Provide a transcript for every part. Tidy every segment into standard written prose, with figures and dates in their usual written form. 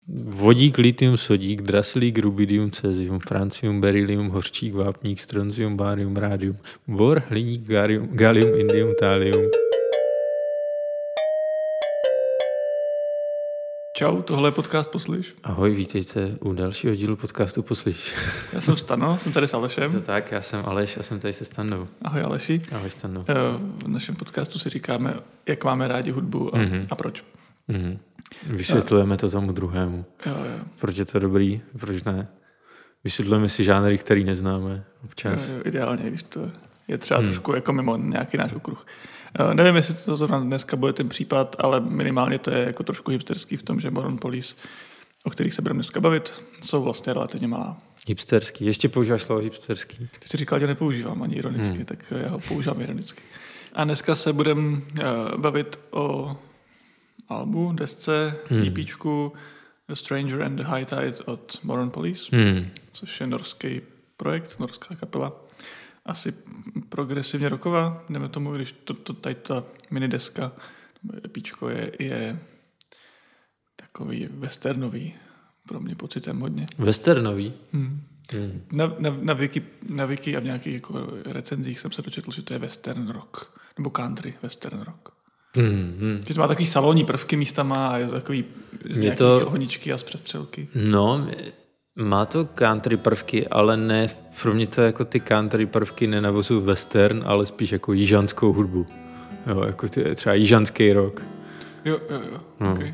vodík, litium, sodík, draslík, rubidium, cesium, francium, berylium, hořčík, vápník, strontium, bárium, rádium, bor, hliník, gallium, indium, thallium. Čau, tohle je podcast Poslyš. Ahoj, vítejte u dalšího dílu podcastu Poslyš. Já jsem Stano, jsem tady s Alešem. To tak, já jsem Aleš a jsem tady se Stanou. Ahoj Aleši. Ahoj Stano. V našem podcastu si říkáme, jak máme rádi hudbu a proč. Mm-hmm. Vysvětlujeme to tomu druhému. Jo. Proč je to dobrý, proč ne. Vysvětlujeme si žánry, který neznáme občas. Jo, ideálně, když to je třeba trošku jako mimo nějaký náš okruh. Nevím, jestli to zrovna dneska bude ten případ, ale minimálně to je jako trošku hipsterský v tom, že Modern Police, o kterých se budeme dneska bavit, jsou vlastně relativně malá. Hipsterský. Ještě používáš slovo hipsterský? Ty jsi říkal, že nepoužívám ani ironicky, tak já ho používám ironicky. A dneska se budeme bavit o albu, desce, EPčku The Stranger and the High Tide od Modern Police, což je norský projekt, norská kapela. Asi progresivně rocková, jdeme tomu, když tady ta minideska, EPčko je takový westernový, pro mě pocitem hodně. Westernový? Na Wiki a v nějakých jako recenzích jsem se dočetl, že to je western rock, nebo country western rock. Že to má takový salonní prvky místama a je to takový z nějaký ohničky a z přestřelky. No, má to country prvky, ale ne, pro mě to jako ty country prvky nenavozují western, ale spíš jako jižanskou hudbu. Jo, jako třeba jižanský rock. Jo, okay.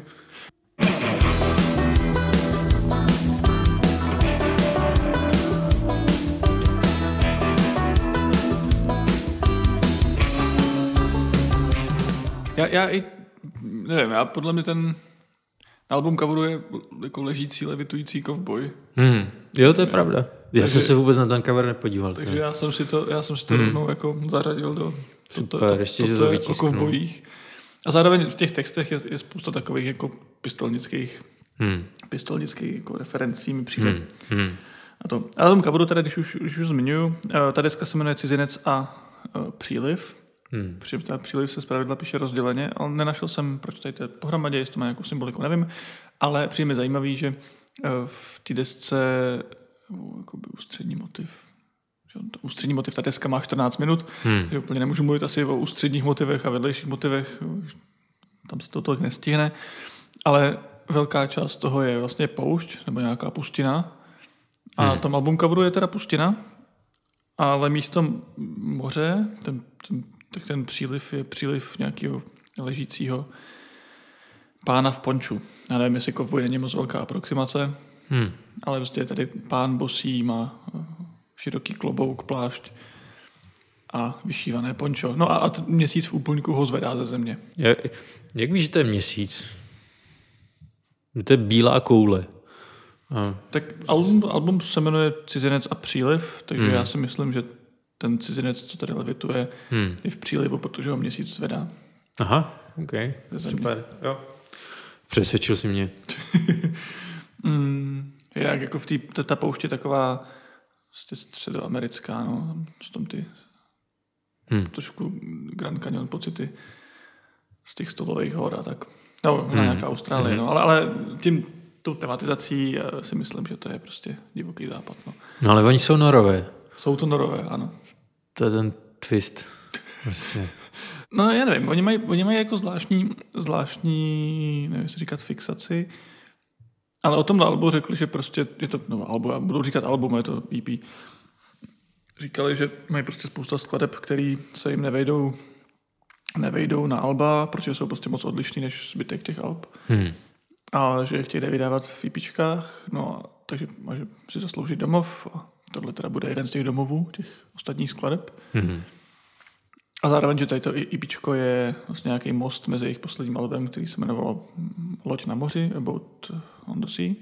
Já i nevím, podle mě ten album coveru je jako ležící, levitující kovboj. Jo, to je pravda. Já jsem se vůbec na ten cover nepodíval. Takže já jsem si to rovnou jako zařadil do super, ještě o kovbojích. A zároveň v těch textech je spousta takových jako pistolnických jako referencí mi přijde. A to. A na tom coveru teda, když už zmiňuji, ta deska se jmenuje Cizinec a příliv. Protože ta příliv se zpravidla píše rozděleně, ale nenašel jsem, proč tady to je pohromadě, jestli to má nějakou symboliku, nevím, ale přijde mi zajímavý, že v té desce jakoby ústřední motiv, ta deska má 14 minut, takže úplně nemůžu mluvit asi o ústředních motivech a vedlejších motivech, tam se to tolik nestihne, ale velká část toho je vlastně poušť, nebo nějaká pustina a na tom album coveru je teda pustina, ale místo moře, ten příliv je příliv nějakého ležícího pána v ponču. Já nevím, jestli kovboj není moc velká aproximace, ale prostě je tady pán bosý, má široký klobouk, plášť a vyšívané pončo. No a měsíc v úplňku ho zvedá ze země. Jak víš, že to je měsíc? To je bílá koule. Tak album se jmenuje Cizinec a příliv, takže já si myslím, že ten cizinec, co tady levituje, je v přílivu, protože ho měsíc zvedá. Aha, ok, super. Jo. Přesvědčil jsi mě. Jak jako v ta pouště taková středoamerická, no, s tom ty trošku Grand Canyon pocity z těch stolových hor a tak. No, nějaká Austrálie, no, ale tou tematizací si myslím, že to je prostě divoký západ. No ale oni jsou Norové. Jsou to Norové, ano. To je ten twist. Prostě. No já nevím, oni mají jako zvláštní, nevím, jestli říkat fixaci, ale o tom albu řekli, že prostě je to album, já budu říkat album, je to EP. Říkali, že mají prostě spousta skladeb, který se jim nevejdou na alba, protože jsou prostě moc odlišný než zbytek těch alb. A že je chtějí vydávat v EPčkách, no takže že si zaslouží domov a tohle teda bude jeden z těch domovů, těch ostatních skladeb. A zároveň, že tady to EPčko je vlastně nějaký most mezi jejich posledním albem, který se jmenovalo Loď na moři, About on the Sea.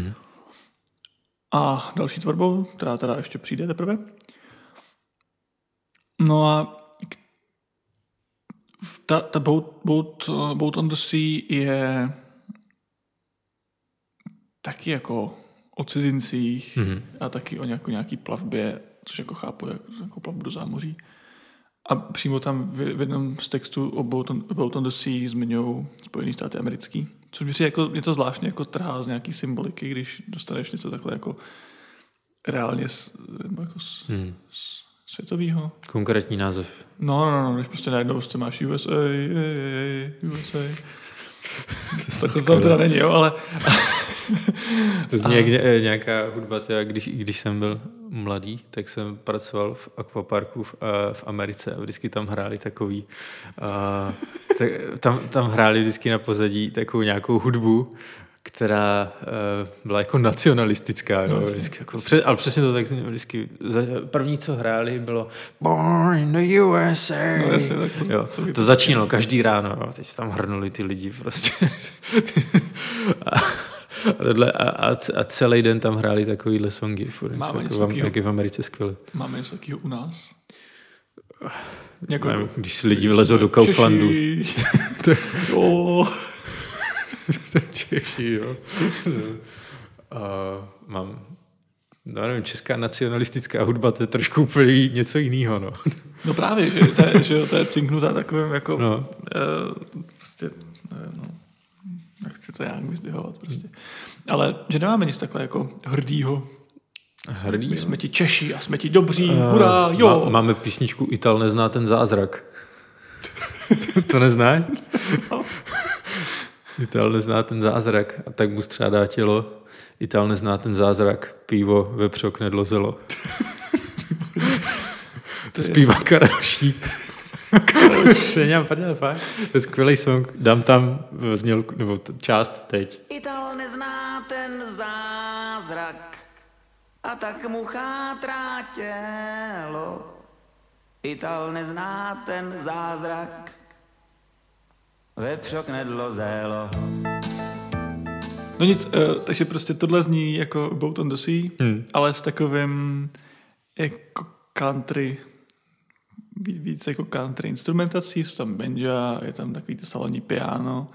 A další tvorbou, která teda ještě přijde teprve. No a ta Boat on the Sea je taky jako o cizincích a taky o nějaký plavbě, což jako chápu jako plavbu do zámoří. A přímo tam v jednom z textů About on the Sea zmiňují Spojené státy americký. Což mi přijde, jako, je to zvláštně jako trhá z nějaký symboliky, když dostaneš něco takhle jako reálně jako světovýho. Konkrétní název. No, když prostě najednou máš USA. Tak to tam teda není, jo, ale... To zní jak nějaká hudba, když jsem byl mladý, tak jsem pracoval v akvaparku v Americe a vždycky tam hráli takový... tam hráli vždycky na pozadí takovou nějakou hudbu, která byla jako nacionalistická. Jo, vždycky jako, ale přesně to tak zní. Vždycky první, co hráli, bylo Born in the USA. No jasně, tak to začínalo každý ráno. Jo. Teď se tam hrnuli ty lidi prostě. A celý den tam hráli takovýhle songy. Jak je v Americe skvělé. Máme něco takového u nás? Nevím, když si lidi vylezou do Kauflandu. Češi, jo. Mám, nevím, česká nacionalistická hudba, to je trošku úplně něco jiného, no. No právě, že to je cinknutá takovým jako prostě, nevím, no. Nechci to nějak vyzdvihovat prostě. Ale že nemáme nic takhle jako hrdýho. My jsme ti Češi a jsme ti dobří, hurá, jo. Máme písničku Ital nezná ten zázrak. To neznáš? No. Ital nezná ten zázrak a tak mu střádá tělo. Ital nezná ten zázrak, pivo, vepřo, knedlo, zelo. To zpívá Karel Šíp. To je skvělý song. Dám tam znělku, nebo část teď. Ital nezná ten zázrak a tak mu chátrá tělo. Ital nezná ten zázrak, vepřo, knedlo, zelo. No nic, takže prostě tohle zní jako About on the Sea, ale s takovým jako country, víc jako country instrumentací, jsou tam banja, je tam takový to salonní piano,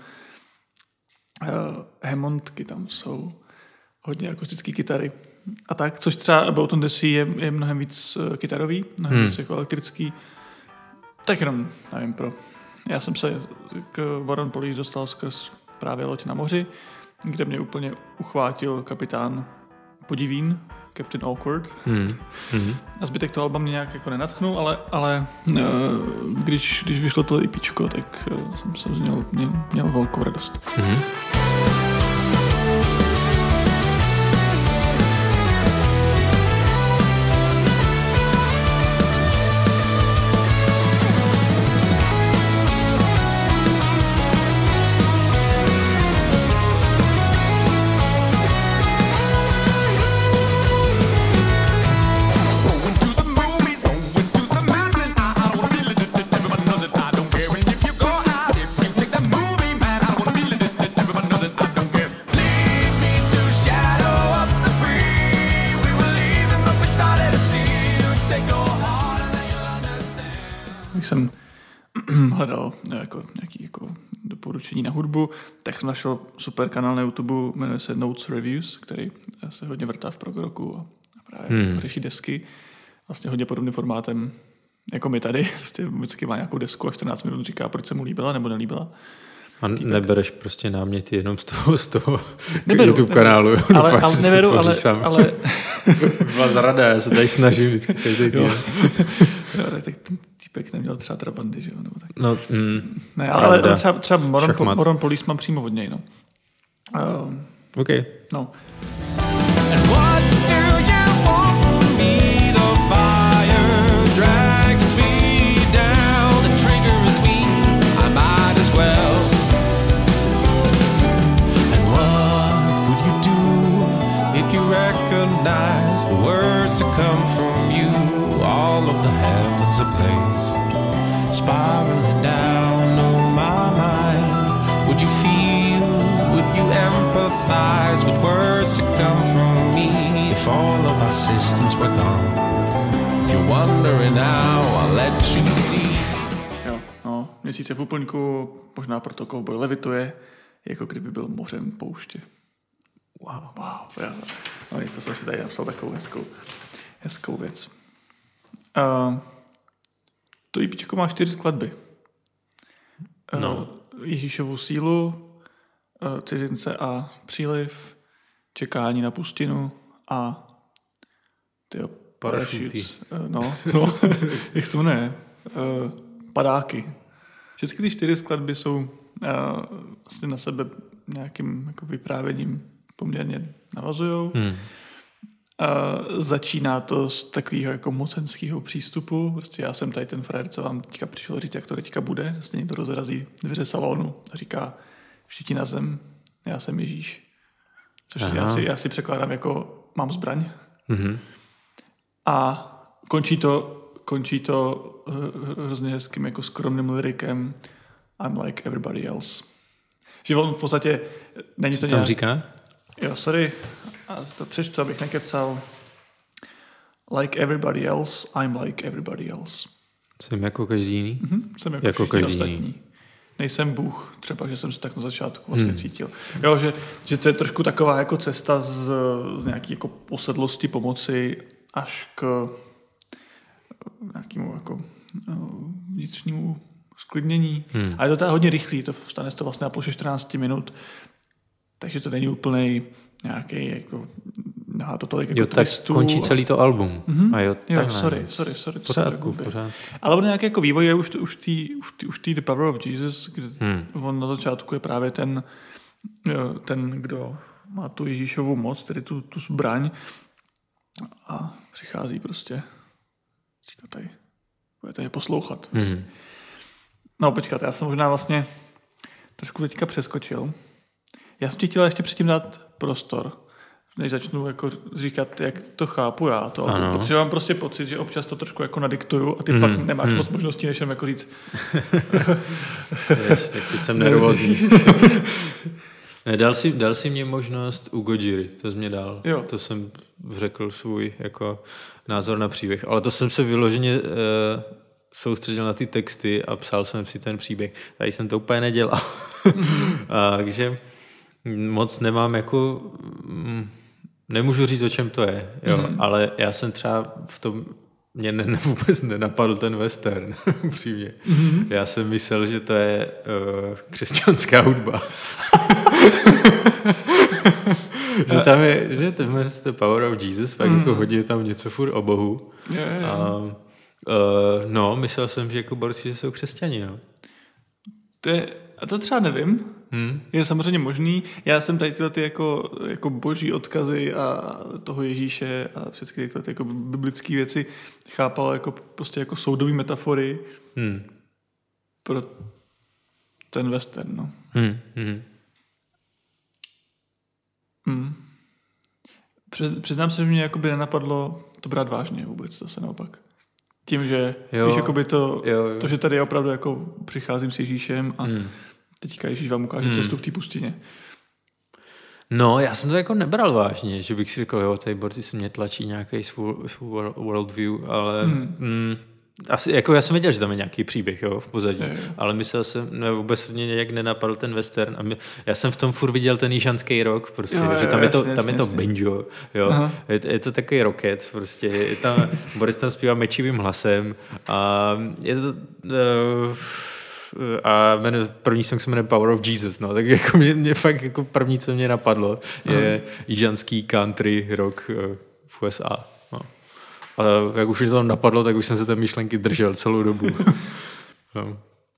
Hammondky tam jsou, hodně akustický kytary a tak, což třeba About on the Sea je mnohem víc kytarový, mnohem víc jako elektrický, tak jenom, nevím, já jsem se k War on Police dostal skrz právě Loď na moři, kde mě úplně uchvátil kapitán Podivín, Captain Awkward. A zbytek toho alba mě nějak jako nenadchnul, ale když vyšlo to EPčko, tak jsem z něho měl velkou radost. Jsem hledal nějaké jako doporučení na hudbu, tak jsem našel super kanál na YouTube, jmenuje se Notes Reviews, který se hodně vrtá v prog-rocku a právě řeší desky, vlastně hodně podobným formátem jako my tady, vlastně vždycky má nějakou desku a 14 minut říká, proč se mu líbila nebo nelíbila. A nebereš prostě náměty jenom z toho YouTube kanálu. Ale neberu, ale... Byla zarada, já se tady snažím vždycky každý týden. Tak ten týpek neměl třeba trabandy, že jo? Nebo tak. No, ne, ale třeba Moron Police mám přímo od něj, no. OK. No. Recognize the words that come from you. All of the heavens a place spiraling down on my mind. Would you feel, would you empathize with words that come from me? If all of our systems were gone, if you're wondering now, I'll let you see. Jo, no, Měsíce v úplňku, možná proto Kovboj levituje, jako kdyby byl mořem pouště. Wow. No, to jsem si tady napsal takovou hezkou věc. To EPčko má 4 skladby. Ježíšovu sílu, Cizince a příliv, Čekání na pustinu a Parachutes. Jak se to jmenuje? Padáky. Všechny ty 4 skladby jsou vlastně na sebe nějakým jako vyprávěním poměrně navazujou. Začíná to z takového jako mocenského přístupu. Prostě já jsem tady ten frajer, co vám teďka přišel říct, jak to teďka bude. Vlastně někdo rozrazí dveře salonu a říká všichni na zem, já jsem Ježíš. Což já si překládám jako mám zbraň. A končí to hrozně hezkým jako skromným lyrikem I'm like everybody else. Že on v podstatě není to nějak... říká? Jo, sorry. A to přečtu, abych nekecal. Like everybody else, I'm like everybody else. Jsem jako každý jiný? Jsem jako každý ostatní. Nejsem Bůh, třeba, že jsem se tak na začátku vlastně cítil. Jo, že to je trošku taková jako cesta z nějaké jako posedlosti, pomoci až k nějakému jako vnitřnímu sklidnění. A je to teda hodně rychlý, stane se to vlastně na ploše 14 minut, takže to není úplnej nějaký jako to tolik jako twistů. Tak končí celý to album. A sorry. Pořádku. Ale on nějaký jako vývoj je už tý The Power of Jesus, kde on na začátku je právě ten, kdo má tu Ježíšovu moc, tedy tu zbraň a přichází prostě říká tady, budete mě poslouchat. No počkat, já jsem možná vlastně trošku teďka přeskočil. Já jsem ti chtěl ještě předtím dát prostor, než začnu jako říkat, jak to chápu já. Protože mám prostě pocit, že občas to trošku jako nadiktuju a ty pak nemáš moc možností, než jen jako říct. Tak teď jsem nervózní. Dal si mě možnost u Gojiry, to jsi mě dal. Jo. To jsem řekl svůj jako názor na příběh. Ale to jsem se vyloženě soustředil na ty texty a psal jsem si ten příběh. Tady jsem to úplně nedělal. Takže moc nemám jako... Nemůžu říct, o čem to je, jo, ale já jsem třeba v tom... Mě vůbec nenapadl ten western, upřímně. Já jsem myslel, že to je křesťanská hudba. Že tam je, že to je The Power of Jesus, pak jako hodně tam něco furt o Bohu. A myslel jsem, že jako borci jsou křesťani, no. A to třeba nevím. Je samozřejmě možný. Já jsem tady tyhle jako boží odkazy a toho Ježíše a všechny tyhle jako biblické věci chápal jako prostě jako soudobý metafory pro ten western, no. Přiznám se, že mě jakoby nenapadlo to brát vážně vůbec, zase naopak. Tím, že víš, jakoby to, že tady opravdu jako přicházím s Ježíšem a teďka Ježíš vám ukáže cestu v té pustině. No, já jsem to jako nebral vážně, že bych si řekl, jo, tady borci se mě tlačí nějaký svůj worldview, ale asi, jako já jsem věděl, že tam je nějaký příběh, jo, v pozadí, ale myslel jsem, vůbec mě nějak nenapadl ten western a já jsem v tom furt viděl ten jižanský rock, prostě, že tam je to banjo, jo, je to takový rockec, prostě, je tam, Boris tam zpívá mečivým hlasem a je to... a první song se jmenuje Power of Jesus, no, tak jako mě fakt jako první, co mě napadlo, je jižanský country rock v USA. No. A jak už mě to tam napadlo, tak už jsem se té myšlenky držel celou dobu. No.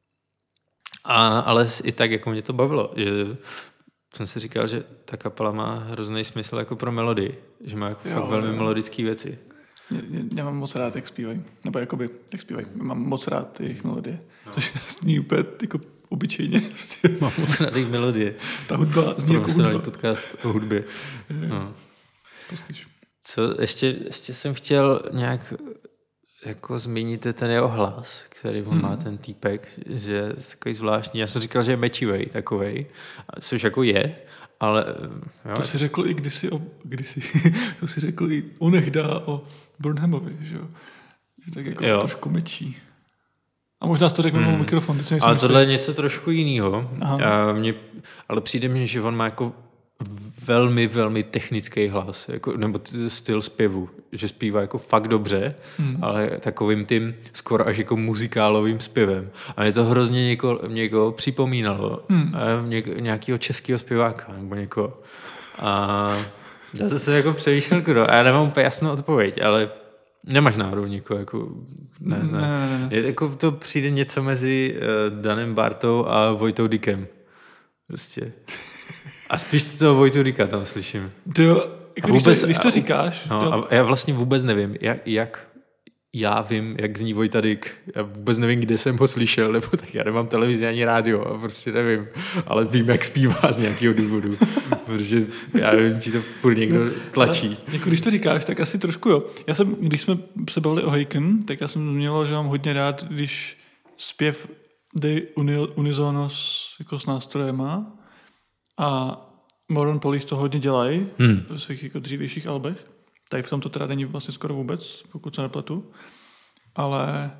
Ale i tak, jako mě to bavilo, že jsem si říkal, že ta kapela má hrozný smysl jako pro melodii, že má jako fakt velmi melodické věci. Já mám moc rád, jak zpívají. Nebo jakoby, jak zpívají. Mám moc rád jejich melodie. To zní úplně jako obyčejně. Mám moc rád jejich melodie. Ta hudba zní jako hudba. Podcast o hudbě. No. Co, ještě jsem chtěl nějak jako zmínit ten jeho hlas, který on má ten týpek, že je takový zvláštní. Já jsem říkal, že je mečivej takovej, což jako je, ale... Jo, to si řekl i kdysi to si řekl i onehda o Burnhamovi, že jo? Že tak jako trošku mečí. A možná jsi to řekl mimo mikrofon. Ale tohle je něco trošku jinýho. Ale přijde mi, že on má jako velmi, velmi technický hlas, jako, nebo styl zpěvu, že zpívá jako fakt dobře, ale takovým tím skoro až jako muzikálovým zpěvem. A mě to hrozně někoho připomínalo. Nějakého českého zpěváka nebo někoho. A já jsem se jako přemýšlel, kdo. A já nemám úplně jasnou odpověď, ale nemáš náhodou někoho, jako... Ne. Jako to přijde něco mezi Danem Bartou a Vojtou Dykem. Prostě. A spíš toho Vojtu Dyka tam slyším. Když to říkáš... A já vlastně vůbec nevím, jak já vím, jak zní Vojta Dyk. Já vůbec nevím, kde jsem ho slyšel, nebo tak já nemám televizi ani rádio a prostě nevím. Ale vím, jak zpívá z nějakého důvodu. Protože já nevím, či to furt někdo tlačí. Jako když to říkáš, tak asi trošku jo. Když jsme se bavili o Haken, tak já jsem měl, že mám hodně rád, když zpěv jde unisono jako s nástrojema a Modern Police to hodně dělají v svých jako dřívějších albech. Tady v tom to teda není vlastně skoro vůbec, pokud se nepletu. Ale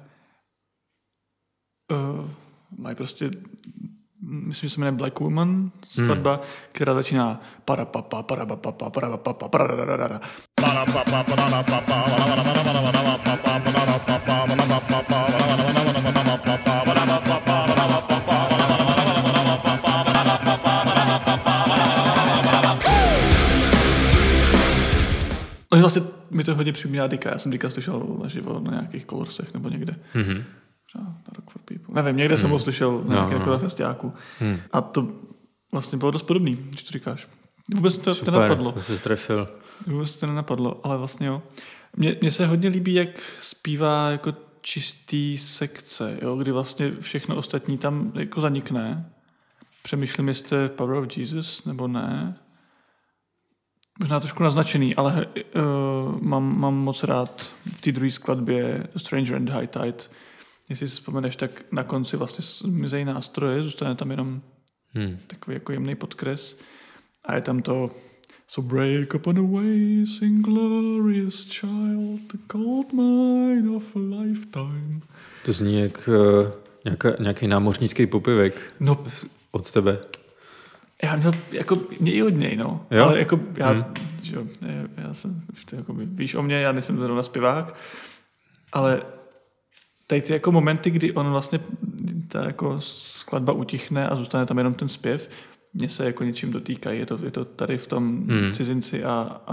mají prostě, myslím, že se jmenuje Black Woman, skladba, která začíná parapapa, parapapa, parapapa, parararara. Takže vlastně mi to hodně připomíná Dicka. Já jsem Dicka slyšel naživo na nějakých Colorsech nebo někde. Na Rock for People. Nevím, někde jsem ho slyšel na nějakého festiáku. A to vlastně bylo dost podobný, když to říkáš. Vůbec to nenapadlo. To se strefil. Vůbec to nenapadlo, ale vlastně jo. Mně se hodně líbí, jak zpívá jako čistý sekce, jo? Kdy vlastně všechno ostatní tam jako zanikne. Přemýšlím, jestli to je Power of Jesus, nebo ne. Možná trošku naznačený, ale mám moc rád v té druhé skladbě The Stranger and the High Tide. Jestli si vzpomeneš, tak na konci vlastně zmizejí nástroje, zůstane tam jenom takový jako jemný podkres a je tam to So break upon a way, sing glorious child, the gold mine of a lifetime. To zní jak nějaký námořnický popivek od tebe. Já měl, jako, mě i od něj, no. Jo? Ale jako, já jsem, jako, víš o mě, já nejsem zrovna zpěvák, ale tady ty jako momenty, kdy on vlastně, ta jako skladba utichne a zůstane tam jenom ten zpěv, mě se jako něčím dotýkají. Je to tady v tom Cizinci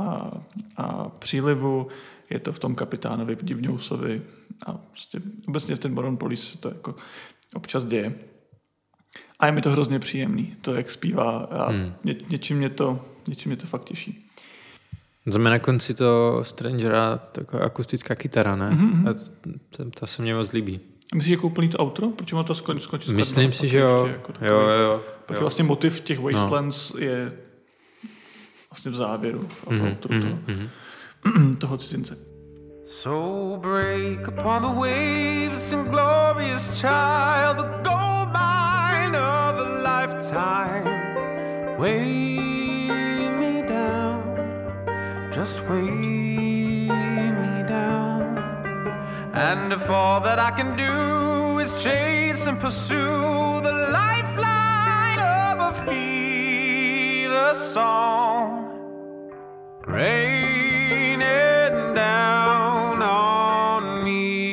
a Přílivu, je to v tom Kapitánovi Divňousovi a prostě obecně v ten Modern Police se to jako občas děje. A je mi to hrozně příjemný, to, jak zpívá a něčím mě to fakt těší. Za mě na konci to Strangera taková akustická kytara, ne? Ta se mně moc líbí. A myslíš, jako úplný to outro? Proč má to skončit? Myslím si, že jo. Jako Jo. Pak vlastně motiv těch Wastelands je vlastně v závěru a v outro toho Cizince. So break upon the waves and glorious child, the gold mine of a lifetime. Weigh me down, just weigh me down. And if all that I can do is chase and pursue the lifeline of a fever song, raining down on me.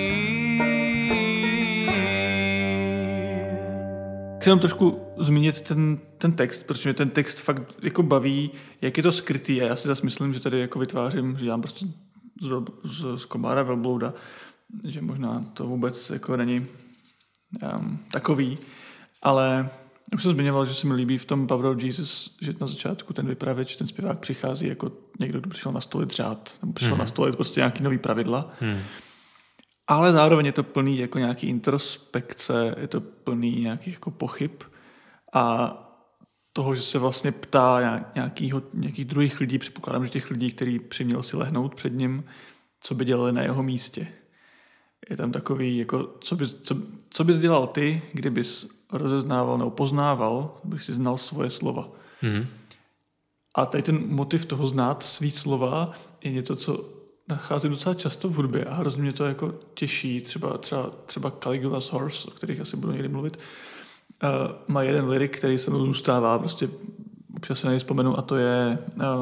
Chci jenom trošku zmínit ten text, protože mě ten text fakt jako baví, jak je to skrytý a já si zase myslím, že tady jako vytvářím, že dělám prostě z komára velblouda, že možná to vůbec jako není takový, ale už jsem zmiňoval, že se mi líbí v tom Power of Jesus, že na začátku ten vypravěč, ten zpěvák přichází jako někdo, kdo přišel nastolit řád, nebo přišel nastolit prostě nějaký nový pravidla. Ale zároveň je to plný jako nějaký introspekce, je to plný nějakých jako pochyb a toho, že se vlastně ptá nějakých druhých lidí, předpokládám, že těch lidí, který přiměl si lehnout před ním, co by dělali na jeho místě. Je tam takový, jako, co bys dělal ty, kdybys rozeznával nebo poznával, kdybys si znal svoje slova. A tady ten motiv toho znát svý slova je něco, co nacházím docela často v hudbě a hrozně mě to jako těší. Třeba Caligula's Horse, o kterých asi budu někdy mluvit, má jeden lyrik, který se mnou zůstává prostě občas se na něj vzpomenu, a to je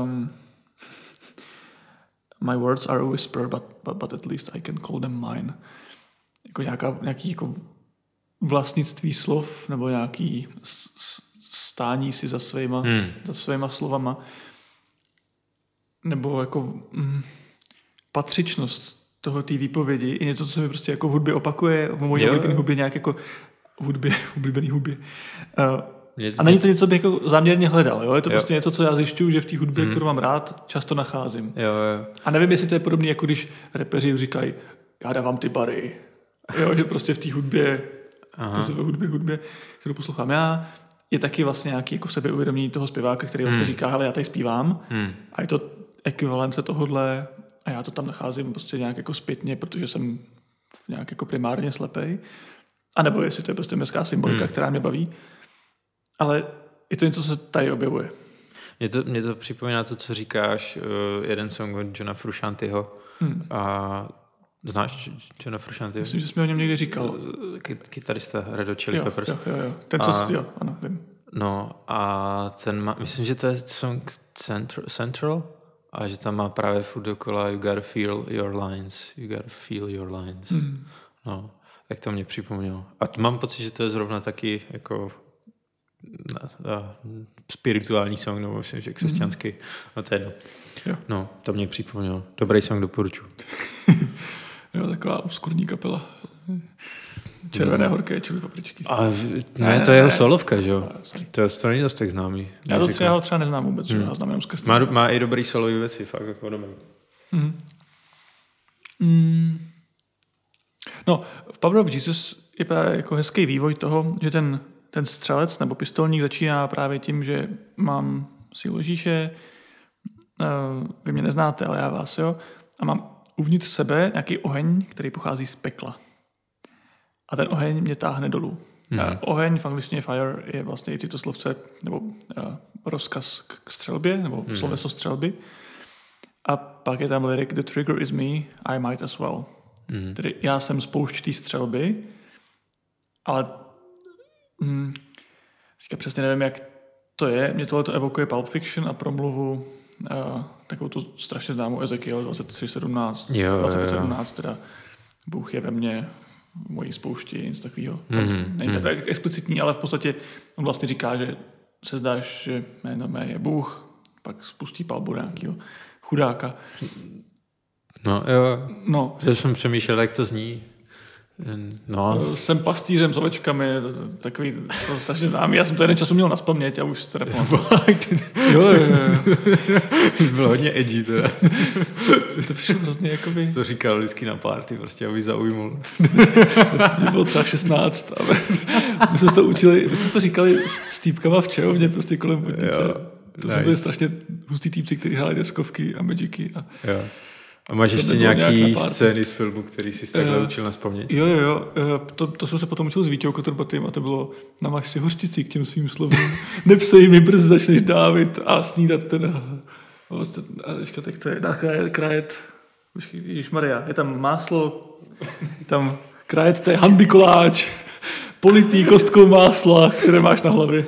My words are a whisper, but at least I can call them mine. Jako nějaký jako vlastnictví slov, nebo nějaký stání si za svýma slovama, nebo jako patřičnost toho té výpovědi je něco, co se mi prostě jako v hudbě opakuje, v mojí oblíbené hudbě nějak jako oblíbený hudbě. A není to něco, bych jako záměrně hledal. Jo? Je to prostě něco, co já zjišťuju, že v té hudbě, kterou mám rád, často nacházím. Jo. A nevím, jestli to je podobné, jako když rapeři říkají, já dávám ty bary. Jo, že prostě v té hudbě, to se ve hudbě, kterou poslouchám já, je taky vlastně nějaký jako sebeuvědomění toho zpěváka, který vlastně říká, hele, já tady zpívám a je to ekvivalence tohodle a já to tam nacházím prostě nějak jako zpětně, protože jsem nějak jako primárně slepej. A nebo jestli to je prostě městská symbolika, která mě baví. Ale je to něco, co se tady objevuje. Mě to připomíná to, co říkáš, jeden song od Johna Fruscianteho. A znáš Johna Fruscianteho? Myslím, že jsi mi o něm někdy říkal. Kytarista Red Hot Chili Peppers. Jo. Ten, ano, vím. No a myslím, že to je song Central a že tam má právě furt dokola You gotta feel your lines. No, tak to mě připomnělo. A mám pocit, že to je zrovna taky jako spirituální song, nebo myslím, že křesťanský. No to je jedno. No, to mě připomnělo. Dobrý song, doporučuji. Jo, taková obskurní kapela. Červené horké čili papričky. Ne, to je jeho solovka, že jo? To není zase tak známý. Já ho třeba neznám vůbec, že já znám jenom skrz. Má i dobrý solový věci, fakt jako dobrý. No, v Power of Jesus je právě jako hezký vývoj toho, že ten střelec nebo pistolník začíná právě tím, že mám sílu Ježíše, vy mě neznáte, ale já vás, jo, a mám uvnitř sebe nějaký oheň, který pochází z pekla. A ten oheň mě táhne dolů. Oheň v angličtině fire je vlastně i tyto slovce, nebo rozkaz k střelbě, nebo sloveso střelby. A pak je tam lyric The trigger is me, I might as well. Tedy já jsem spoušť té střelby, ale teďka přesně nevím, jak to je. Mě tohle evokuje Pulp Fiction a promluvu takovou tu strašně známou Ezekiel 23:17, 25:17, teda Bůh je ve mně, v mojí spoušti, nic takového. Není to tak explicitní, ale v podstatě on vlastně říká, že se zdáš, že jméno mé je Bůh, pak spustí palbu nějakého chudáka. No jo, no. Já jsem přemýšlel, jak to zní. No. Jsem pastýřem s ovečkami, takový, to strašně známý. Já jsem to jeden času měl nazpaměť a už to nepamatuju. Jo. Bylo hodně edgy teda. To všechno hrozně jakoby... To říkal vždycky na party, prostě, aby zaujmul. Mě bylo třeba 16. A my jsme to učili, my jsme to říkali s týpkama v čehovně, prostě kolem vodnice. To jsou byli strašně hustý týpci, kteří hráli deskovky a magicy. Jo. A máš ještě nějaký scény z filmu, který jsi takhle učil nazpaměť? Jo. To jsem se potom učil s Vítěou Kotrbatým a to bylo namáš si hořčici k těm svým slovům. Nepsej mi, brzy začneš dávit a snídat teda. A teďka tak to je krájet. Ježišmarja, je tam máslo, je tam krájet, to je hanbí koláč, politý kostkou másla, které máš na hlavě.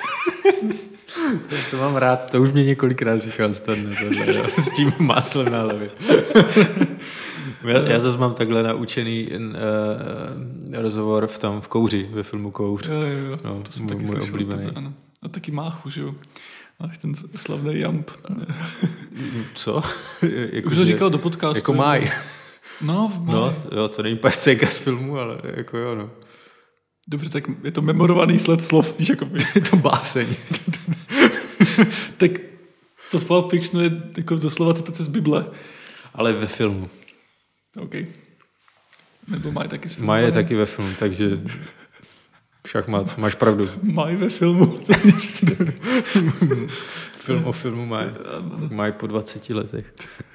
To mám rád, to už mě několikrát říkal s tím máslem na hlavě. Já zase mám takhle naučený rozhovor v Kouři, ve filmu Kouř. Jo. No, To jsem taky můj oblíbený. Ano. A taky Máchu, že jo. Máš ten slavný Jamp. Co? Už to říkal do podcastu. Jako Máj. No, v Máj. No, jo, to není pascéka z filmu, ale jako jo, no. Dobře, tak je to memorovaný sled slov, víš, jako je to báseň. Tak to v Pulp Fictionu je jako doslova citace z Bible. Ale ve filmu. OK. Nebo Maj taky z filmu. Maj je taky ve filmu, takže šachmat, máš pravdu. Maj ve filmu. Film o filmu Maj. Maj po 20 letech.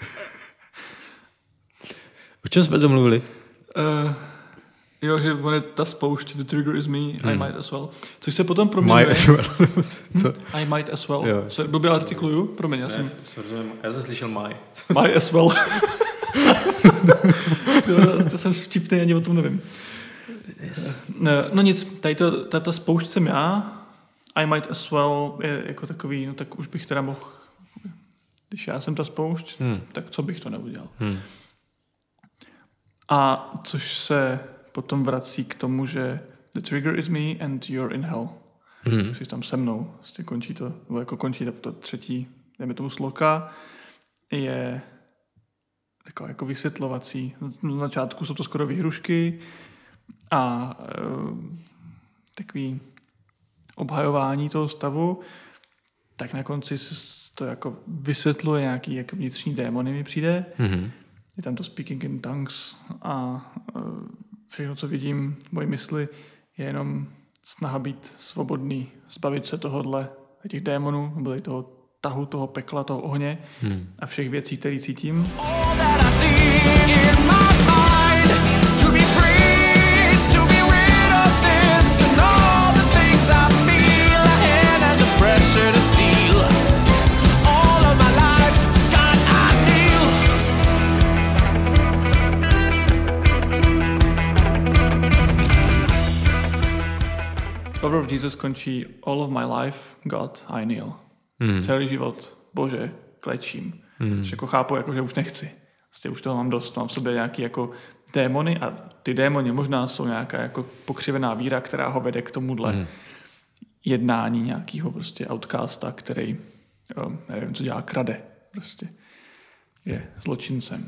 O čem jsme to mluvili? Jo, že on je ta spoušť, the trigger is me, I might as well. Což se potom proměňuje. Might as well. Co? I might as well. Jo. Se blbě artikuluju? Promiň, já jsem slyšel my. My as well. To jsem vtipný, ani o tom nevím. Yes. No nic, tady ta spoušť jsem já I might as well je jako takový, no tak už bych teda mohl, když já jsem ta spoušť, tak co bych to neudělal. A což se potom vrací k tomu, že the trigger is me and you're in hell. Jsi tam se mnou. Vlastně končí to, nebo jako končí to třetí, dejme tomu sloka, je taková jako vysvětlovací. Na začátku jsou to skoro výhrušky a takový obhajování toho stavu, tak na konci to jako vysvětluje nějaký jako vnitřní démony mi přijde. Je tam to speaking in tongues a všechno, co vidím v mojí mysli, je jenom snaha být svobodný, zbavit se tohodle, těch démonů, nebo toho tahu, toho pekla, toho ohně a všech věcí, které cítím. Power of Jesus končí all of my life, God, I kneel. Celý život, Bože, klečím. Což jako chápu, jako, že už nechci. Vlastně už toho mám dost, mám v sobě nějaký jako démony a ty démoni možná jsou nějaká jako pokřivená víra, která ho vede k tomuhle jednání nějakého prostě outcasta, který, nevím, co dělá, krade. Prostě je zločincem.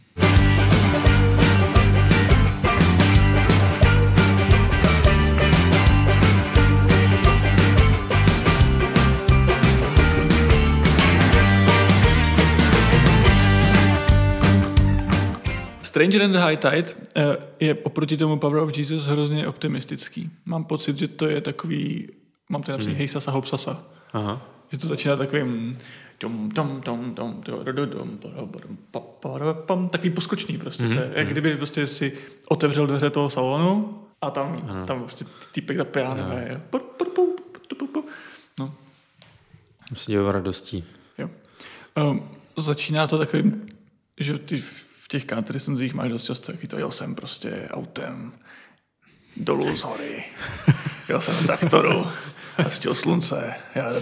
Stranger in the High Tide je oproti tomu Power of Jesus hrozně optimistický. Mám pocit, že to je takový, mám to napsaný hej sasa hop sasa. Aha. Že to začíná takovým takový poskočný prostě. To je, jak kdyby prostě si otevřel dveře toho salonu a tam prostě týpek za piano. No. Se dělá radostí. Jo. Začíná to takovým, že ty v těch country sonzích máš dost často taky to, jel jsem prostě autem dolů z hory, jel jsem v traktoru a stil slunce,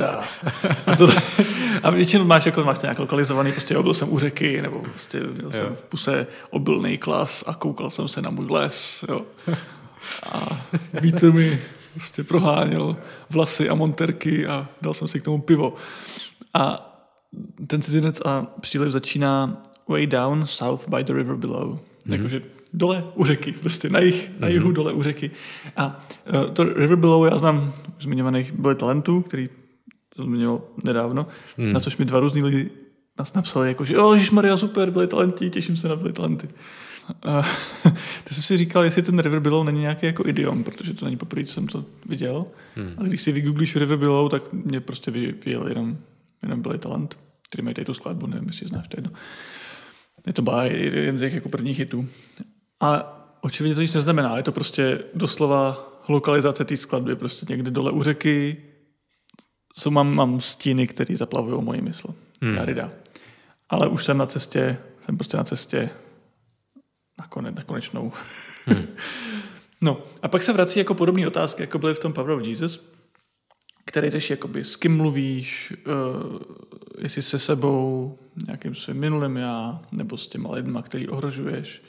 a většinou máš nějak lokalizovaný, prostě byl jsem u řeky, nebo prostě měl jsem v puse obilný klas a koukal jsem se na můj les, jo. A vítr mi prostě proháněl vlasy a monterky a dal jsem si k tomu pivo. A ten cizinec a příliv začíná way down south by the river below. Jakože dole u řeky, prostě na jihu dole u řeky. A to river below já znám zmiňovaných byly talentů, který jsem zmiňoval nedávno, na což mi 2 různý lidi nás napsali, jako, že ježišmarja, super, byly talenty, těším se na byly talenty. Teď jsem si říkal, jestli ten river below není nějaký jako idiom, protože to není poprvé, co jsem to viděl. A když si vygooglíš river below, tak mě prostě vyjel jenom byly talent, který mají tady tu skladbu, nevím, jestli znáš, to jedno. Je to byla jeden z těch jako prvních hitů. Ale očividně to nic neznamená. Je to prostě doslova lokalizace té skladby. Prostě někde dole u řeky mám stíny, které zaplavují moji mysl. Ale už jsem prostě na cestě na konečnou. No a pak se vrací jako podobné otázky, jako byly v tom Power of Jesus, který řeší, jakoby, s kým mluvíš, jestli se sebou, nějakým svým minulým já, nebo s těma lidma, který ohrožuješ.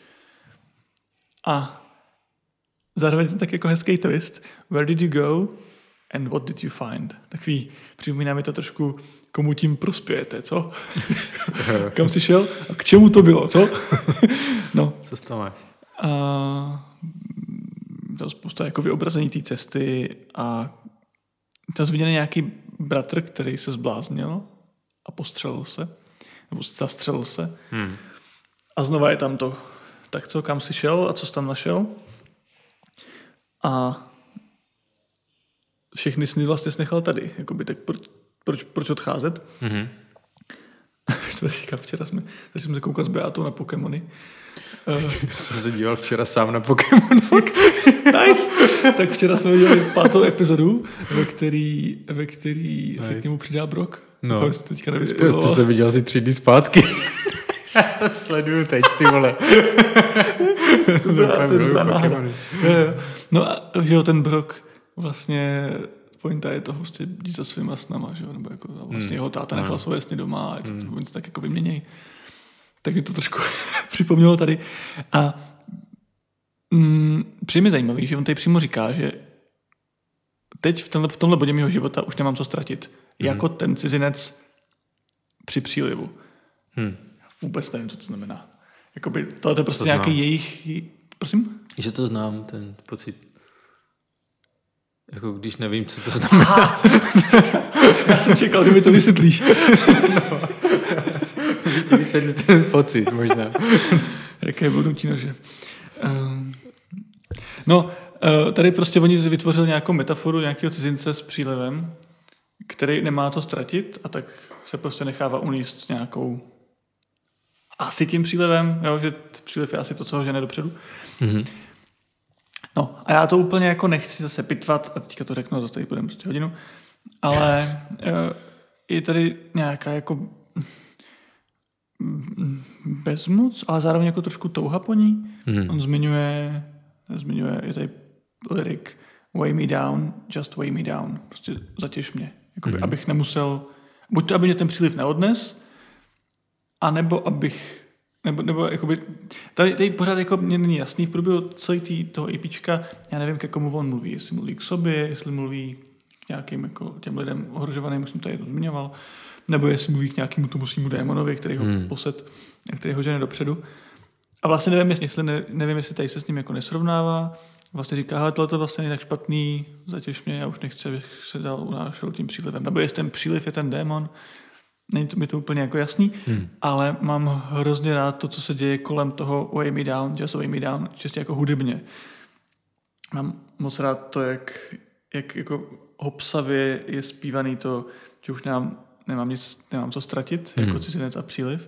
A zároveň ten tak jako hezký twist. Where did you go and what did you find? Takový, připomíná mi to trošku, komu tím prospějete, co? Kam jsi šel a k čemu to bylo, co? No. Co to máš? To spousta jako vyobrazení té cesty a tam zmíněný nějaký bratr, který se zbláznil a postřelil se, nebo zastřelil se. A znova je tam to, tak co, kam jsi šel a co jsi tam našel? A všechny sny vlastně jsi nechal tady. Jakoby, tak proč odcházet? Včera jsme se koukat s Beatou na Pokémony. Já jsem se díval včera sám na Pokémony. Nice! Tak včera jsme dělali 5. epizodu, ve který se k němu přidá Brock. No, to jsem viděl asi 3 dny zpátky. Já se sleduju teď, ty vole. No a že jo, ten Brock vlastně pointa je to prostě jít za svýma snama, že jo? Nebo jako vlastně jeho táta nechal svoje sny doma a oni to tak jako vyměnějí. Tak mi to trošku připomnělo tady. A přijde mi zajímavý, že on tady přímo říká, že teď v tomhle bodě mého života už nemám co ztratit. Jako ten cizinec při přílivu. Vůbec nevím, co to znamená. Jakoby, tohle je prostě nějaký jejich... Prosím? Že to znám, ten pocit. Jako když nevím, co to znamená. Já jsem čekal, že mi to vysvětlíš. Můžu ti vysvětlit ten pocit možná. Jaké budoucí nože. Tady prostě oni vytvořili nějakou metaforu nějakého cizince s přílivem, který nemá co ztratit a tak se prostě nechává uníst s nějakou asi tím přílivem, jo, že příliv je asi to, co ho žene dopředu. No a já to úplně jako nechci zase pitvat a teďka to řeknu, zase tady budeme prostě hodinu, ale je tady nějaká jako bezmoc, ale zároveň jako trošku touha po ní. On zmiňuje, je tady lyrik weigh me down, just weigh me down. Prostě zatěž mě. Jakoby, abych nemusel, buď to, aby mě ten příliv neodnes, anebo abych, nebo jakoby, tady pořád jako mě není jasný v průběhu celý toho EPčka, já nevím, k komu on mluví, jestli mluví k sobě, jestli mluví k nějakým jako těm lidem ohrožovaným, už jsem tady to zmiňoval, nebo jestli mluví k nějakému tomu svýmu démonovi, který ho posed, který ho žene dopředu. A vlastně nevím, jestli tady se s ním jako nesrovnává. Vlastně říká, hele, tohle to vlastně není tak špatný, zatěž mě, já už nechci, abych se dál unášel tím přílivem. Nebo jestli ten příliv je ten démon, není to mi to úplně jako jasný, ale mám hrozně rád to, co se děje kolem toho Weigh Me Down, Just Weigh Me Down, čistě jako hudebně. Mám moc rád to, jak jako hopsavě je zpívaný to, že už nemám co ztratit, jako cizinec a příliv.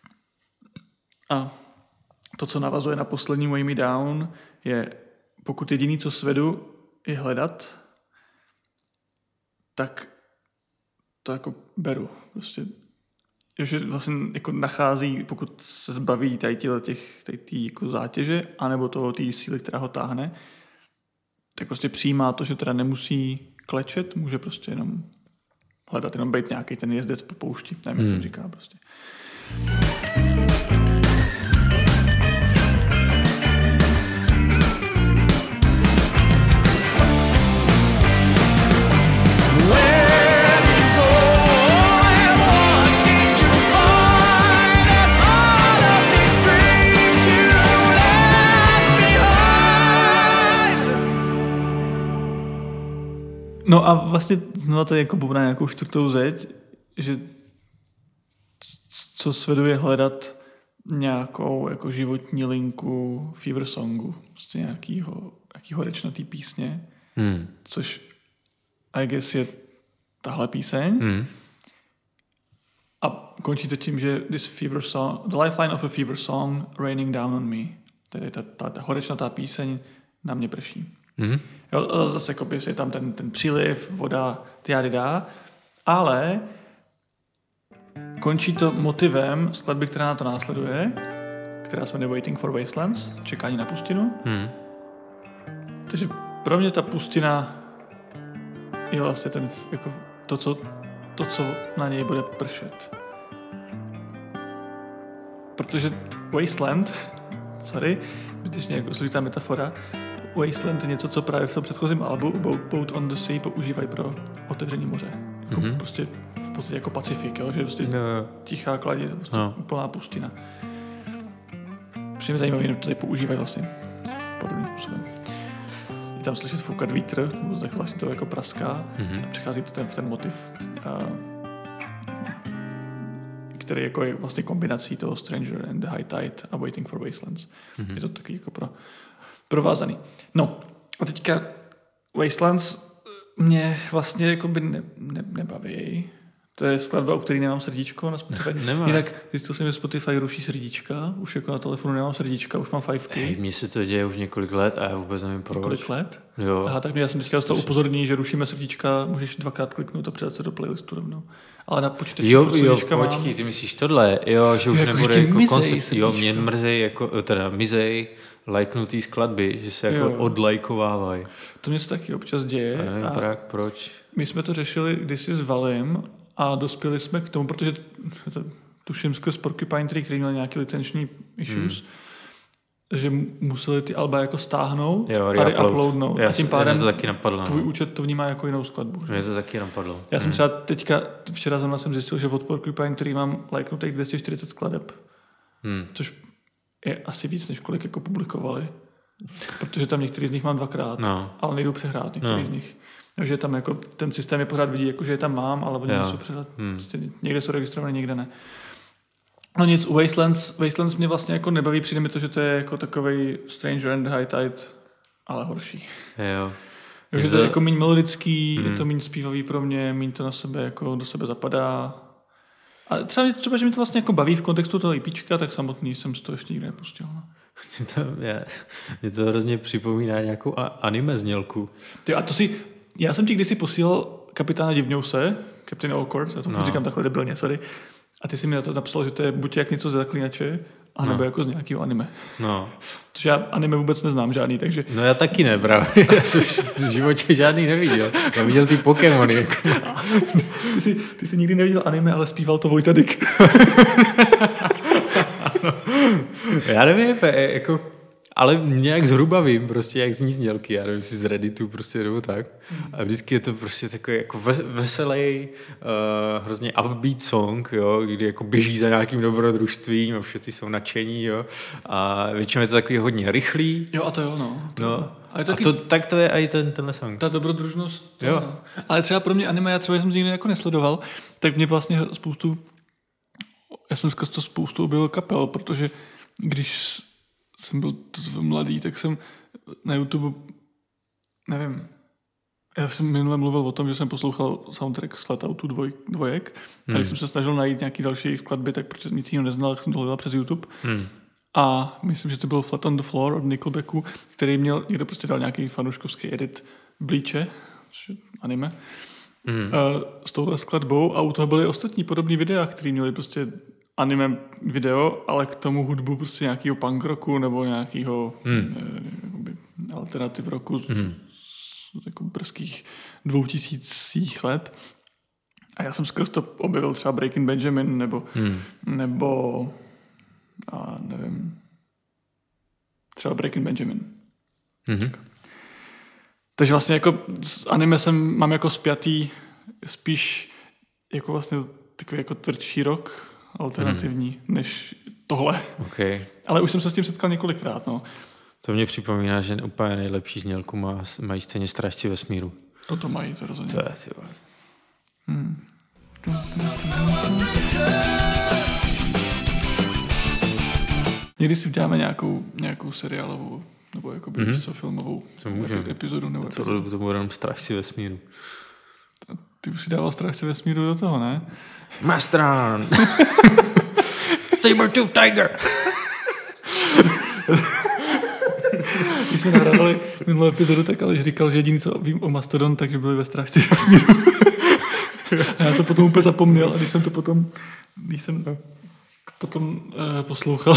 A to, co navazuje na poslední Weigh Me Down, je, pokud jediný, co svedu, je hledat, tak to jako beru. Prostě, že vlastně jako nachází, pokud se zbaví tady jako zátěže, anebo toho té síly, která ho táhne, tak prostě přijímá to, že teda nemusí klečet, může prostě jenom hledat, jenom být nějaký ten jezdec po poušti. Nevím, jak se říká prostě. No a vlastně znovu to jako bubná nějakou čtvrtou zeď, že co sveduje hledat nějakou jako životní linku Fever Songu, prostě nějakýho horečnatý písně, což I guess je tahle píseň. A končí to tím, že this fever song, the lifeline of a fever song raining down on me. Tedy ta horečnatá píseň na mě prší. Jo, zase jako je tam ten příliv, voda, tyadida, ale končí to motivem skladby, která na to následuje, která se jmenuje Waiting for Wastelands, čekání na pustinu. Takže pro mě ta pustina je vlastně jako to, co na něj bude pršet. Protože Wasteland, zbytečně jako složitá metafora, Wasteland je něco, co právě v tom předchozím albu Boat on the Sea používají pro otevření moře. Jako prostě v podstatě jako Pacifik, jo? Že prostě tichá kladě, prostě úplná pustina. Přijím zajímavý, že to tady používají vlastně podobným způsobem. Je tam slyšet foukat vítr, tak vlastně to jako praská a přichází to ten motiv, který jako je vlastně kombinací toho Stranger and the High Tide a Waiting for Wastelands. Je to taky jako provázaný. No a teďka Wastelands mě vlastně jakoby nebaví. To je skladba, u který nemám srdíčko na Spotify. Nemá. Jinak zjistil jsem, že Spotify ruší srdíčka. Už jako na telefonu nemám srdíčka, už mám 5. Hej, mně se to děje už několik let a já vůbec nevím proč. Několik let? Jo. Aha, tak já jsem teďka dostal upozornění, že rušíme srdíčka, můžeš 2krát kliknout a přidat se do playlistu rovnou. Ale na počítači Jo, srdíčka mám. počkej, ty myslíš tohle? Jo, že už jako, nebude že jako mizej koncept. srdíčka. Jo, mě mrzej, jako, teda mizej lajknutý skladby, že se jako Jo. odlajkovávají. To mě se taky občas děje. Nevím, A proč. my jsme to řešili kdysi s Valim a dospěli jsme k tomu, protože to, tuším skrz Porcupine Tree, který měl nějaký licenční issues, že museli ty alba jako stáhnout Jo, a reuploadnout. a tím pádem Mě to taky napadlo. tvůj No. účet to vnímá jako jinou skladbu. Že? Mě to taky napadlo. Já jsem třeba teďka, včera zrovna jsem zjistil, že od Porcupine Tree mám lajknutých 240 skladeb, což je asi víc, než kolik jako publikovali. Protože tam některý z nich mám 2krát, ale nejdu přehrát některý z nich. Takže tam jako ten systém je pořád vidí, jako, že je tam mám, ale oni nejsou přehrát. Prostě někde jsou registrované, někde ne. No nic, u Wastelands mě vlastně jako nebaví, přijde mi to, že to je jako takovej Stranger and High Tide, ale horší. Jo. Takže to je jako méně melodický, je to méně zpívavý pro mě, méně to na sebe jako do sebe zapadá. A třeba, že mi to vlastně jako baví v kontextu toho IPčka, tak samotný jsem to ještě nikdy nepustil. No. Mě to hrozně připomíná nějakou anime znělku. Já jsem ti kdysi posílal Kapitána Divňouse, Captain Awkward, já to říkám takhle debilně, sorry. A ty jsi mi na to napsal, že to je buď jak něco ze Zaklínače, anebo jako z nějakého anime. No. Což já anime vůbec neznám žádný, takže... No já taky ne, právě. Já jsem v životě žádný neviděl. Já viděl ty Pokémony. Jako. Ty jsi nikdy neviděl anime, ale zpíval to Vojta Dyk. Já nevím, jako... Ale nějak zhruba vím, prostě jak zní znělky, já nevím, si z Redditu prostě nebo tak. A vždycky je to prostě takový jako veselý, hrozně upbeat song, jo, kdy jako běží za nějakým dobrodružstvím a všichni jsou nadšení, jo. A většinou je to takový hodně rychlý. Jo, a to jo, no. Tak to je i tenhle song. Ta dobrodružnost. To, jo. No. Ale třeba pro mě anime, já třeba jsem nikdy jako nesledoval, tak mě vlastně já jsem skrz to spoustu objevil kapel, protože když jsem byl mladý, tak jsem na YouTube, nevím, já jsem minule mluvil o tom, že jsem poslouchal soundtrack z Letoutu dvojek a když jsem se snažil najít nějaký další skladby, tak protože nic jiného neznal, tak jsem to hledal přes YouTube. A myslím, že to byl Flat on the Floor od Nickelbacku, který měl, někdo prostě dal nějaký fanouškovský edit Bleache, což je anime, s touhle skladbou a u toho byly ostatní podobné videa, které měly prostě anime video, ale k tomu hudbu prostě nějakého punk rocku nebo nějakého alternativ roku z jako brzkých 2000 let. A já jsem skrz to objevil třeba Breaking Benjamin nebo nevím, třeba Breaking Benjamin. Takže vlastně jako s anime mám jako spjatý spíš jako vlastně takový jako tvrdší rock alternativní, než tohle. Okay. Ale už jsem se s tím setkal několikrát, no. To mě připomíná, že úplně nejlepší znělku mají stejně Strážci vesmíru. To mají, to rozhodně. To je, ty vole. Někdy si uděláme nějakou seriálovou nebo jakoby filmovou epizodu. Nebo to bude jenom Strážci vesmíru. Ty už si dával Strážce vesmíru do toho, ne? Mastran! Saber-tooth tiger! Když jsme nahrávali minulou epizodu, tak Aleš říkal, že jediný, co vím o Mastodon, takže byli ve Strážci vesmíru. A já to potom úplně zapomněl a když jsem potom poslouchal,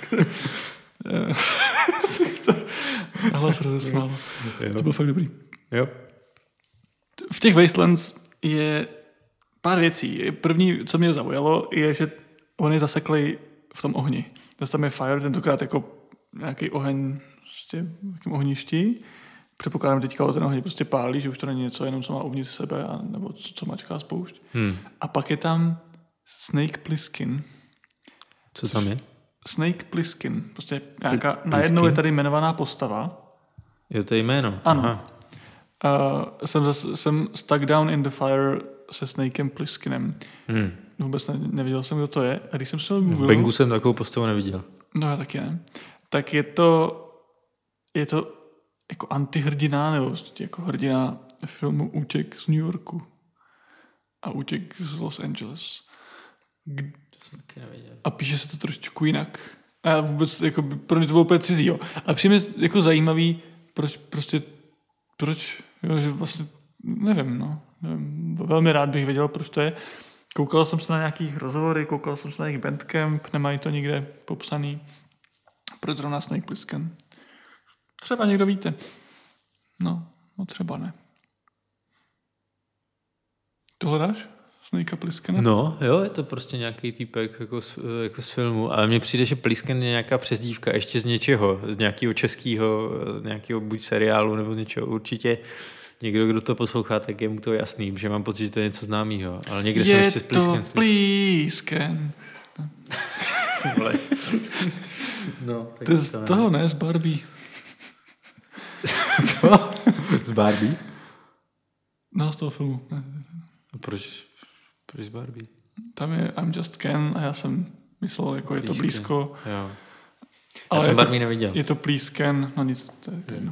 a hlas rozesmál. To bylo fakt dobrý. Jo. V těch Wastelands je pár věcí. První, co mě zaujalo, je, že on je zaseklej v tom ohni. Zase tam je fire, tentokrát jako nějaký oheň prostě v takém ohništi. Předpokládám teďka, ten oheň prostě pálí, že už to není něco jenom, co má uvnitř sebe, nebo co mačká spoušť. A pak je tam Snake Plissken. Co tam je? Snake Plissken. Prostě nějaká, najednou je tady jmenovaná postava. Jo, to je jméno. Ano. Jsem stuck down in the fire se Snakem Plisskenem. Vůbec nevěděl jsem, kdo to je. A když jsem se v Bengu jsem takovou postavu neviděl. No, já taky ne. Tak je to jako antihrdina, nebo jako hrdina filmu Útěk z New Yorku. a útěk z Los Angeles. Taky nevěděl. A píše se to trošičku jinak. A já vůbec, jako, pro mě to bylo úplně cizí, jo. A přijme jako zajímavý, proč, jo, že vlastně, nevím, velmi rád bych věděl, proč to je. Koukal jsem se na nějakých rozhovory, koukal jsem se na jejich Bandcamp, nemají to nikde popsaný. Proč zrovna Snake Plissken? Třeba někdo víte. No třeba ne. Tohle dáš? Snake Plissken? No, jo, je to prostě nějaký týpek jako z filmu, ale mně přijde, že Plissken je nějaká přezdívka ještě z něčeho, z nějakého českého, nějakého buď seriálu nebo něčeho. Určitě někdo, kdo to poslouchá, tak je mu to jasný, že mám pocit, že to je něco známého, ale někde jsem ještě Plissken slyšel. Plissken. No, tak to je z toho, ne? Z Barbie. Co? Z Barbie? No, z toho filmu. Ne. A proč z Barbie? Tam je I'm Just Ken a já jsem myslel, jako je to blízko. Jo. Ale já jsem Barbie neviděl. Je to Plissken, no nic, to je jedno.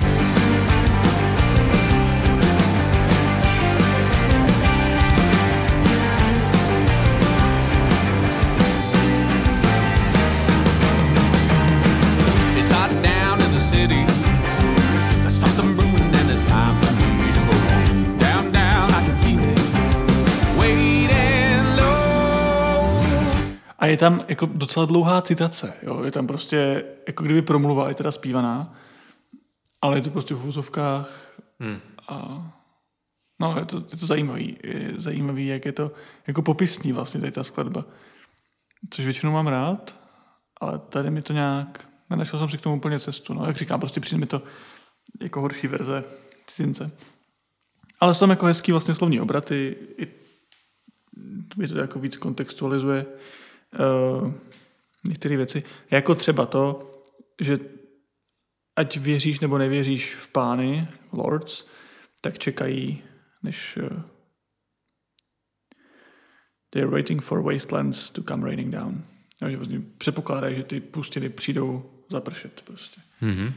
A je tam jako docela dlouhá citace, jo? Je tam prostě, jako kdyby promluva, je teda zpívaná, ale je to prostě v úzovkách a no, je to zajímavý. Je zajímavý, jak je to jako popisní vlastně tady ta skladba. Což většinou mám rád, ale tady mi to nějak, nenašel jsem si k tomu úplně cestu. No, jak říkám, prostě přijde mi to jako horší verze cizince. Ale jsou tam jako hezký vlastně slovní obraty, je to jako víc kontextualizuje některé věci. Jako třeba to, že ať věříš nebo nevěříš v pány, lords, tak čekají, než they're waiting for wastelands to come raining down. Že vlastně předpokládají, že ty pustiny přijdou zapršet prostě. Mm-hmm.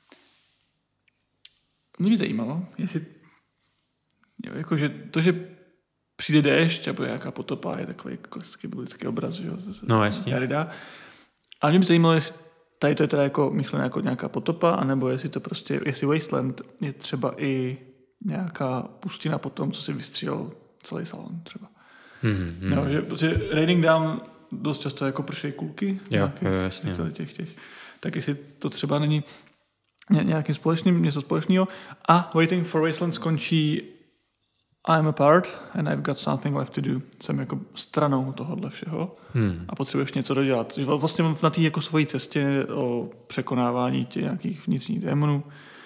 Mě by zajímalo, jestli jakože to, že přijde déšť, nebo nějaká potopa, je takový klasický biblický obraz, že jo? No, jasně. Jarida. A mě by zajímalo, jestli tady to je teda jako myšleno jako nějaká potopa, anebo jestli to prostě, jestli Wasteland je třeba i nějaká pustina po tom, co si vystřílel celý salon třeba. No, že prostě Raining Down dost často jako pršej kulky. Jo, jasně. Těch. Tak jestli to třeba není nějakým společným, něco společného. A Waiting for Wasteland skončí I'm apart and I've got something left to do. Jsem jako stranou tohohle všeho a potřebuješ něco dodělat. Vlastně na té jako svojí cestě o překonávání těch nějakých vnitřních démonů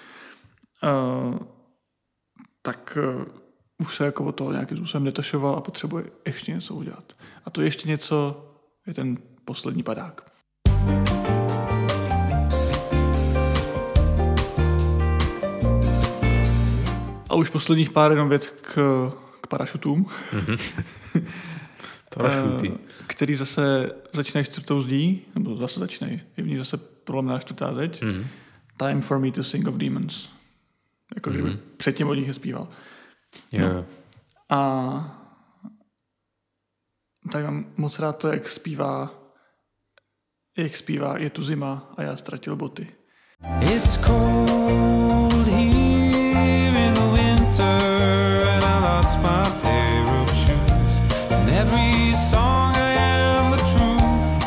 tak už se jako od toho nějakým způsobem detašoval a potřebuje ještě něco udělat. A to ještě něco je ten poslední padák. A už posledních pár jenom věc k parašutům. Parašuty. Který zase začínají 4. zdí, nebo zase začínají. Je v ní zase prolomná 4. zeď. Time for me to sing of demons. Jako kdyby předtím od nich je zpíval. Yeah. No. A tak mám moc rád to, jak zpívá Je tu zima a já ztratil boty. It's cold here in the winter and I lost my pair of shoes. In every song I am the truth.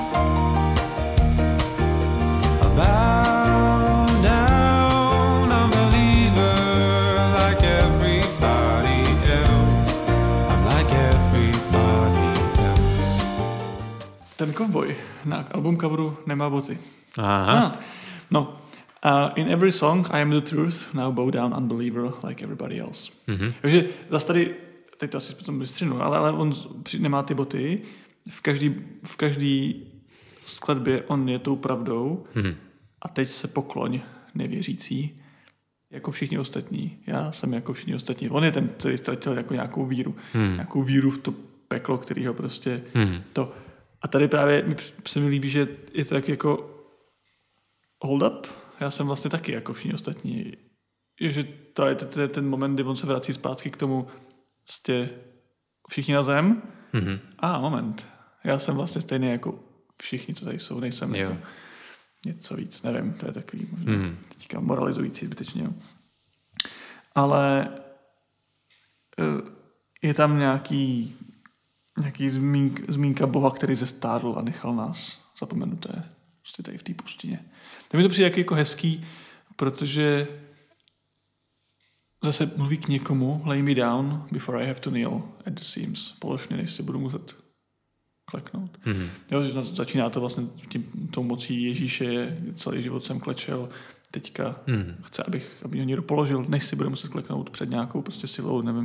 I bow down, I'm a believer like everybody else. I'm like everybody else. Ten kovboj na album coveru nemá boty. Aha. No. In every song I am the truth, now bow down unbeliever like everybody else. Takže zase tady, teď to asi potom vystřinu, ale on nemá ty boty. V každý skladbě on je tou pravdou a teď se pokloň nevěřící jako všichni ostatní. Já jsem jako všichni ostatní. On je ten, který ztratil jako nějakou víru. Nějakou víru v to peklo, který ho prostě to. A tady právě se mi líbí, že je to tak jako hold up. Já jsem vlastně taky jako všichni ostatní. Je, že to je ten moment, kdy on se vrací zpátky k tomu, všichni na zem. Moment. Já jsem vlastně stejný jako všichni, co tady jsou. Nejsem jako něco víc, nevím, to je takový možná teďka moralizující zbytečně. Jo. Ale je tam nějaký zmínka Boha, který zestárl a nechal nás zapomenuté prostě tady v té pustině. To mi to přijde jako hezký, protože zase mluví k někomu, lay me down before I have to kneel at the seams. Polož mě, než si budu muset kleknout. Jo, že začíná to vlastně tou mocí Ježíše, celý život jsem klečel, teďka chce, aby ho někdo položil, než si bude muset kleknout před nějakou prostě silou, nevím.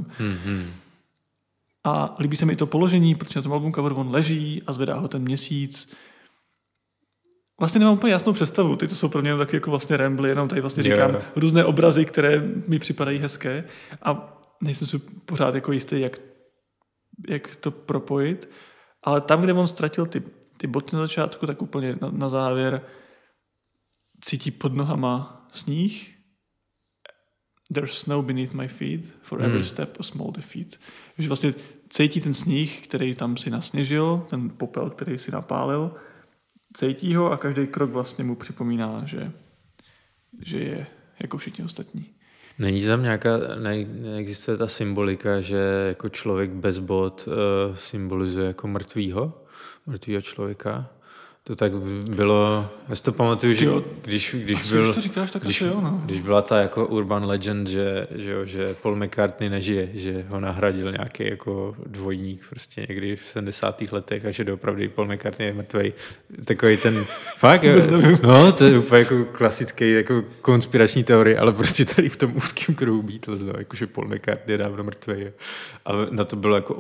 A líbí se mi i to položení, protože na tom album cover on leží a zvedá ho ten měsíc. Vlastně nemám úplně jasnou představu, ty to jsou pro mě taky jako vlastně rambly, jenom tady vlastně říkám různé obrazy, které mi připadají hezké a nejsem si pořád jako jistý, jak to propojit. Ale tam, kde on ztratil ty boty na začátku, tak úplně na závěr cítí pod nohama sníh. There's snow beneath my feet, for every step a small defeat. Že vlastně cítí ten sníh, který tam si nasněžil, ten popel, který si napálil, cítí ho a každý krok vlastně mu připomíná, že je jako všichni ostatní. Není tam neexistuje ta symbolika, že jako člověk bez bot symbolizuje jako mrtvýho člověka? To tak bylo, já si to pamatuju, že když byla ta jako urban legend, že Paul McCartney nežije, že ho nahradil nějaký jako dvojník prostě někdy v 70. letech a že doopravdy Paul McCartney je mrtvej. Takový ten fakt, no to je úplně jako klasický jako konspirační teorie, ale prostě tady v tom úzkém kruhu Beatles, no, jakože Paul McCartney je dávno mrtvej. A na to bylo jako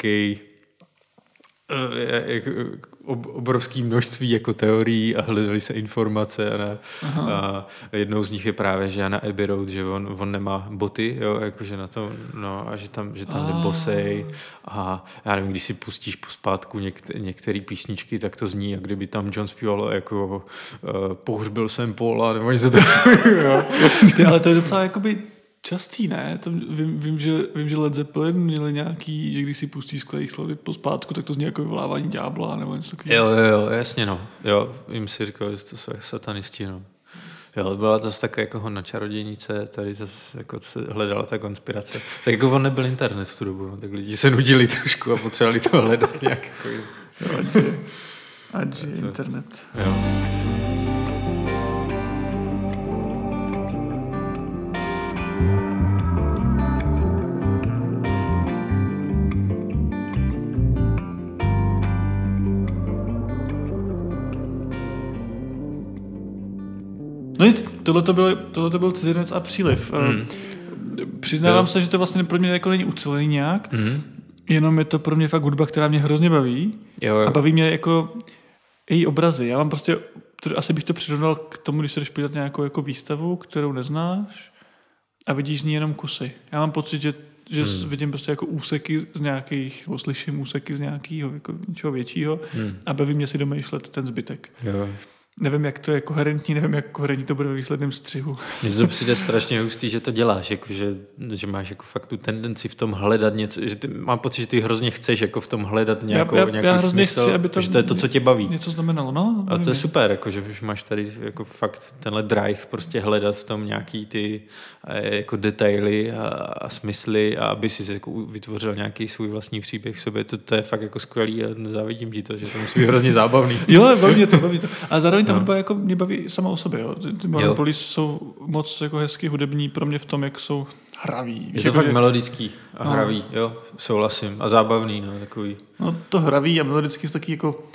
obrovský množství jako teorií a hledali se informace a jednou z nich je právě, že Jana Abbey Road, že on nemá boty, jo, jakože na to, no a že tam jde bosej a já nevím, když si pustíš pospátku některé písničky, tak to zní, jak kdyby tam John zpíval jako pohřbil jsem Paula, nebo něco takového. Ale to je docela jakoby častý, ne? To vím, že Led Zeppelin měli nějaký, že když si pustíš skvělých slovy pospátku, tak to zní jako vyvolávání ďábla nebo něco takového. Jo, jasně, no. Jo, jim si říkal, že to jsou satanisti, no. Jo, byla to taková jako hon na čarodějnice, tady zase jako se hledala ta konspirace. Tak jako on nebyl internet v tu dobu, no, tak lidi se nudili trošku a potřebovali to hledat nějak jako... Jo, ať je internet. Jo. No nic, tohle byl Cizinec a příliv. Přiznávám se, že to vlastně pro mě jako není ucelený nějak, jenom je to pro mě fakt hudba, která mě hrozně baví. Jo. A baví mě jako její obrazy. Já mám prostě, asi bych to přirovnal k tomu, když se jdeš podívat nějakou jako výstavu, kterou neznáš a vidíš z ní jenom kusy. Já mám pocit, že vidím prostě jako úseky z nějakých, slyším úseky z nějakého jako něčeho většího a baví mě si domýšlet ten zbytek. Jo. Nevím, jak to je koherentní, nevím, jak koherentní to bude ve výsledném střihu. Mně to přijde strašně hustý, že to děláš, jako že máš jako fakt tu tendenci v tom hledat něco, že mám pocit, že ty hrozně chceš jako v tom hledat nějaký smysl, chci, aby že to je to, co tě baví. Něco znamenalo, no. A to je super, jako, že máš tady jako fakt tenhle drive prostě hledat v tom nějaký ty jako detaily a smysly a aby si jako vytvořil nějaký svůj vlastní příběh v sobě. To je fakt jako skvělý a závidím ti to, že to musí být hrozně zábavný. Jo, baví to. A zároveň ta hudba jako mě baví sama o sobě. Jo. Ty Modern Police jsou moc jako hezky hudební pro mě v tom, jak jsou hraví. Je to fakt melodický a hravý, jo, souhlasím. A zábavný, no, takový. No to hravý a melodický jsou taky jako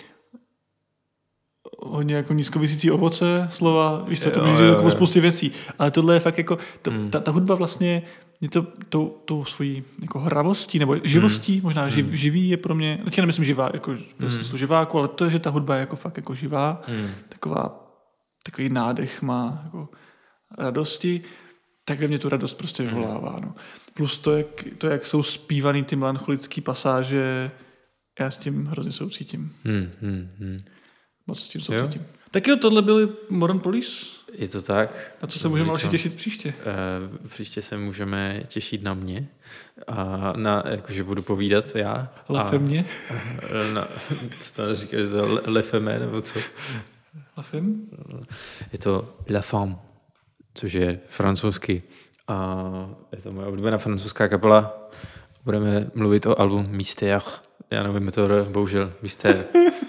hodně jako nízkovisící ovoce, slova, víš co, to může jako spoustě věcí. Ale tohle je fakt jako, ta hudba vlastně je to tou svojí jako hravostí nebo živostí, možná živý je pro mě, teď nemyslím živá, jako ve smyslu živáku, ale to, že ta hudba je jako fakt jako živá, takový nádech má jako radosti, tak mě tu radost prostě vyvolává. No. Plus to, jak jsou zpívaný ty melancholické pasáže, já s tím hrozně soucítím. Moc s tím soucítím. Tak jo, tohle byly Modern Police. Je to tak. Na co se můžeme další těšit příště? Příště se můžeme těšit na mě. A na, jakože budu povídat já. Lafemě? Co tam říkáš, že to je Lefeme, nebo co? Lafem? Je to La Femme, což je francouzsky. A je to moje oblíbená francouzská kapela. Budeme mluvit o albu Mystère. Já nevím, to bohužel Mystère.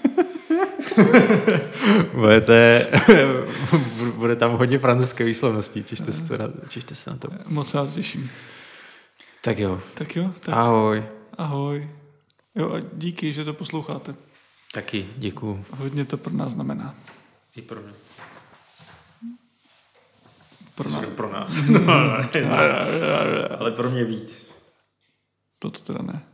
Bude tam hodně francouzské výslovnosti. Těšte se na to. Moc rád těším. Tak jo. Tak jo. Tak. Ahoj. Ahoj. Jo a díky, že to posloucháte. Taky děkuju. Hodně to pro nás znamená. I pro mě. Pro nás. Ale pro mě víc. To teda ne.